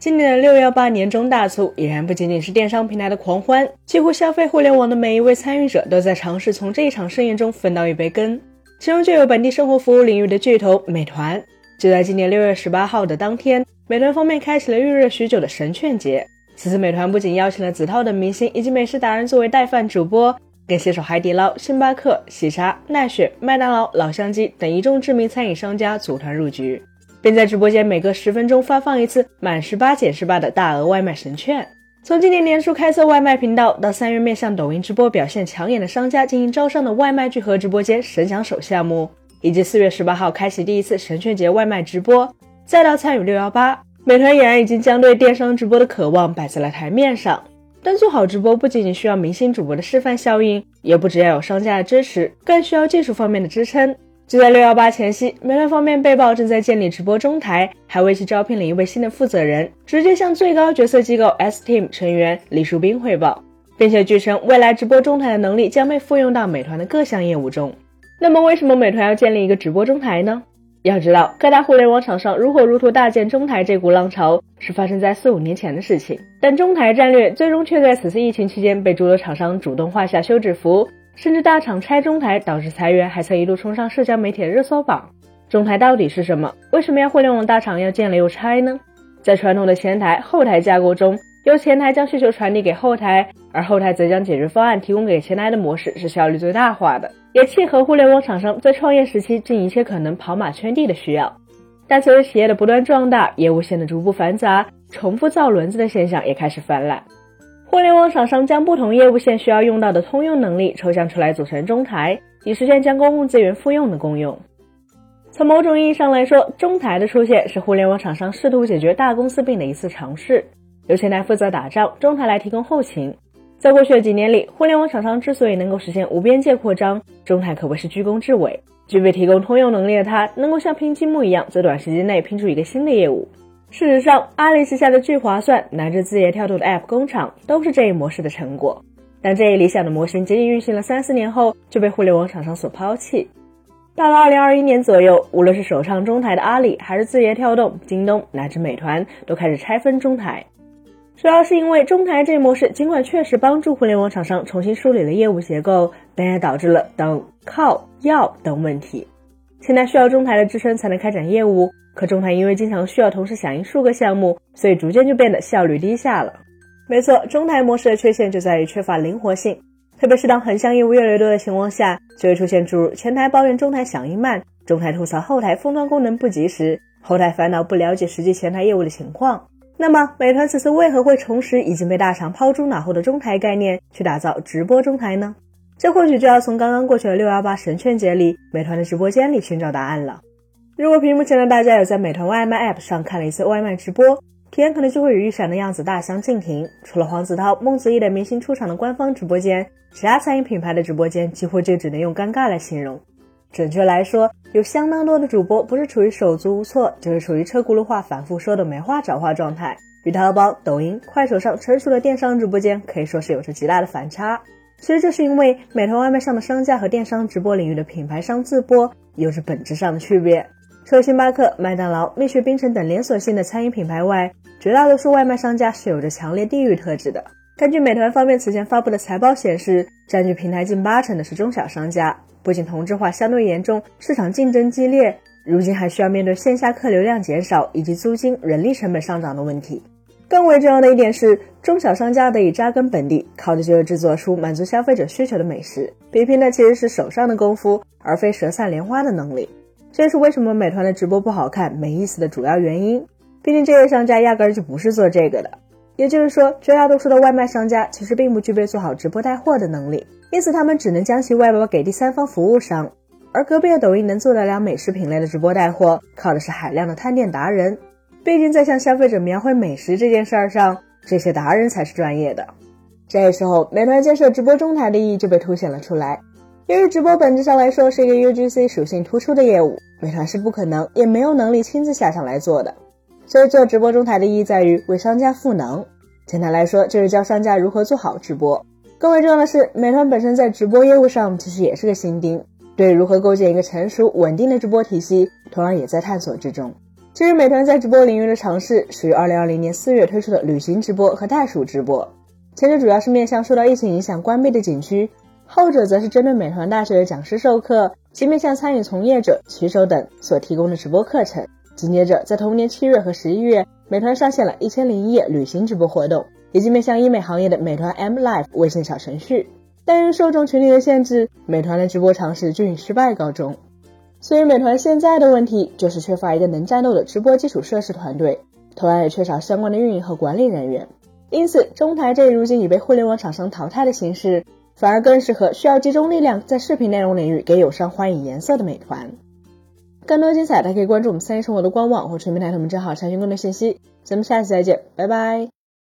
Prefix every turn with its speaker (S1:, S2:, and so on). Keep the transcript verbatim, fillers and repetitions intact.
S1: 今年的六一八年中大促已然不仅仅是电商平台的狂欢，几乎消费互联网的每一位参与者都在尝试从这一场盛宴中分到一杯羹。其中就有本地生活服务领域的巨头美团。就在今年六月十八号的当天，美团方面开启了预热许久的神券节。此次美团不仅邀请了子韬等明星以及美食达人作为带饭主播，更携手海底捞、星巴克、喜茶、奈雪、麦当劳、老乡鸡等一众知名餐饮商家组团入局，并在直播间每隔十分钟发放一次满十八减十八的大额外卖神券。从今年年初开设外卖频道，到三月面向抖音直播表现抢眼的商家进行招商的外卖聚合直播间神享手项目，以及四月十八号开启第一次神券节外卖直播，再到参与六一八，美团俨然已经将对电商直播的渴望摆在了台面上。但做好直播不仅仅需要明星主播的示范效应，也不只要有商家的支持，更需要技术方面的支撑。就在六一八前夕，美团方面被曝正在建立直播中台，还为其招聘了一位新的负责人，直接向最高决策机构 S Team 成员李树斌汇报，并且据称未来直播中台的能力将被复用到美团的各项业务中。那么为什么美团要建立一个直播中台呢？要知道，各大互联网厂商如火如荼大建中台这股浪潮是发生在四五年前的事情，但中台战略最终却在此次疫情期间被诸多厂商主动画下休止符，甚至大厂拆中台导致裁员，还曾一度冲上社交媒体的热搜榜。中台到底是什么？为什么要互联网大厂要建了又拆呢？在传统的前台后台架构中，由前台将需求传递给后台，而后台则将解决方案提供给前台的模式是效率最大化的，也契合互联网厂商在创业时期尽一切可能跑马圈地的需要。但随着企业的不断壮大，业务线的逐步繁杂，重复造轮子的现象也开始泛滥。互联网厂商将不同业务线需要用到的通用能力抽象出来组成中台，以实现将公共资源复用的功用。从某种意义上来说，中台的出现是互联网厂商试图解决大公司病的一次尝试，由前台负责打仗，中台来提供后勤。在过去的几年里，互联网厂商之所以能够实现无边界扩张，中台可谓是居功至伟。具备提供通用能力的它，能够像拼积木一样，在短时间内拼出一个新的业务。事实上，阿里旗下的聚划算乃至字节跳动的 App 工厂都是这一模式的成果。但这一理想的模型仅仅运行了三四年后，就被互联网厂商所抛弃。到了二零二一年左右，无论是首创中台的阿里，还是字节跳动、京东乃至美团，都开始拆分中台。主要是因为中台这一模式尽管确实帮助互联网厂商重新梳理了业务结构，但也导致了等、靠、要等问题。现在需要中台的支撑才能开展业务，可中台因为经常需要同时响应数个项目，所以逐渐就变得效率低下了。没错，中台模式的缺陷就在于缺乏灵活性，特别是当横向业务越来越多的情况下，就会出现诸如前台抱怨中台响应慢，中台吐槽后台封装功能不及时，后台烦恼不了解实际前台业务的情况。那么美团此次为何会重拾已经被大厂抛诸脑后的中台概念，去打造直播中台呢？这或许就要从刚刚过去的六一八神券节里美团的直播间里寻找答案了。如果屏幕前的大家有在美团外卖 App 上看了一次外卖直播，体验可能就会与预闪的样子大相径庭。除了黄子韬、孟子义等明星出场的官方直播间，其他餐饮品牌的直播间几乎就只能用尴尬来形容。准确来说，有相当多的主播不是处于手足无措，就是处于车轱辘话反复说的没话找话状态，与淘宝、抖音、快手上成熟的电商直播间可以说是有着极大的反差。其实这是因为美团外卖上的商家和电商直播领域的品牌商自播有着本质上的区别。除了星巴克、麦当劳、蜜雪冰城等连锁性的餐饮品牌外，绝大多数外卖商家是有着强烈地域特质的。根据美团方面此前发布的财报显示，占据平台近八成的是中小商家，不仅同质化相对严重，市场竞争激烈，如今还需要面对线下客流量减少以及租金、人力成本上涨的问题。更为重要的一点是，中小商家得以扎根本地，靠的就是制作出满足消费者需求的美食，比拼的其实是手上的功夫，而非舌灿莲花的能力。这是为什么美团的直播不好看、没意思的主要原因。毕竟这些商家压根儿就不是做这个的。也就是说，绝大多数的外卖商家其实并不具备做好直播带货的能力，因此他们只能将其外包给第三方服务商。而隔壁的抖音能做得了美食品类的直播带货，靠的是海量的探店达人。毕竟在向消费者描绘美食这件事儿上，这些达人才是专业的。这时候，美团建设直播中台的意义就被凸显了出来。由于直播本质上来说是一个 U G C 属性突出的业务，美团是不可能也没有能力亲自下场来做的。所以做直播中台的意义在于为商家赋能，简单来说就是教商家如何做好直播。更为重要的是，美团本身在直播业务上其实也是个新丁，对于如何构建一个成熟稳定的直播体系同样也在探索之中。 其实美团在直播领域的尝试始于二零二零年四月推出的旅行直播和袋鼠直播，前者主要是面向受到疫情影响关闭的景区，后者则是针对美团大学的讲师授课及面向餐饮从业者、骑手等所提供的直播课程。紧接着在同年七月和十一月，美团上线了一千零一夜旅行直播活动，以及面向医美行业的美团 M Live 微信小程序。但因受众群体的限制，美团的直播尝试均以失败告终。所以美团现在的问题就是缺乏一个能战斗的直播基础设施团队，同样也缺少相关的运营和管理人员。因此中台这一如今已被互联网厂商淘汰的形式，反而更适合需要集中力量在视频内容领域给友商欢迎颜色的美团。更多精彩大家可以关注我们三一生活的官网或全平台同名账号查询更多信息。咱们下期再见，拜拜。